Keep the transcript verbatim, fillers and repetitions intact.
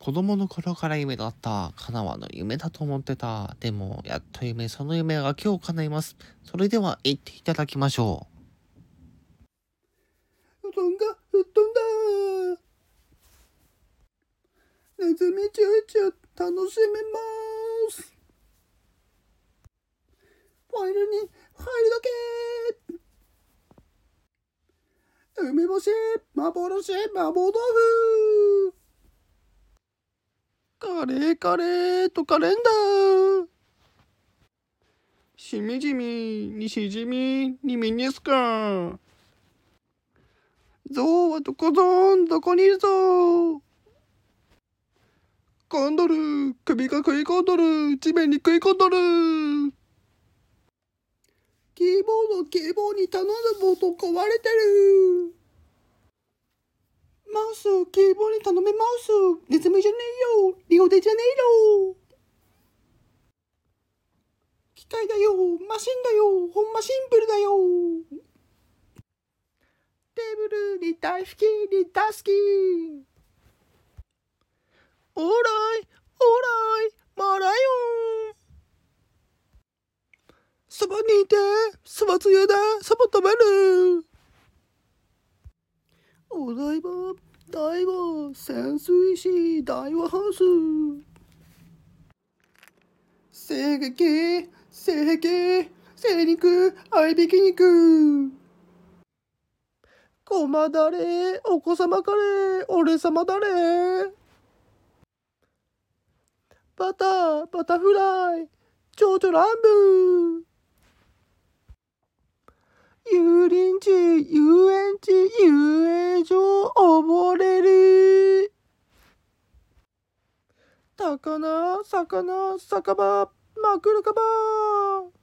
子供の頃から夢だった。叶わぬ夢だと思ってた。でも、やっと夢、その夢が今日叶います。それでは、行っていただきましょ布団が吹っ飛んだ。ネズミチューチュー楽しめます。ファイルに入るだけ。梅干し、幻、麻婆豆腐。カレーカレーとカレンダー。しみじみ、にしじみ、にミニスカ。ゾウはどこぞん、どこにいるぞ。コンドル、首が食い込んどる、地面に食い込んどる。キーボード、キーボーに頼んだボート壊れてる。マウス、キーボーに頼めマウス。ネズミじゃねえよ。リオデジャネイロ。機械だよ。マシンだよ。ほんまシンプルだよ。テーブルに大好きに大好き。オーライ、オーライ、マライオン。そばにいて、そばつゆだ、そば食べる。お台場、台場、潜水士、大和ハウス。声劇、声劇、精肉、合いびき肉。ごまだれ、お子様カレー、俺様だれ。バター、バタフライ、蝶々乱舞。油淋鶏、遊園地、遊泳場、溺れる。高菜、魚、酒場、マクルカバー。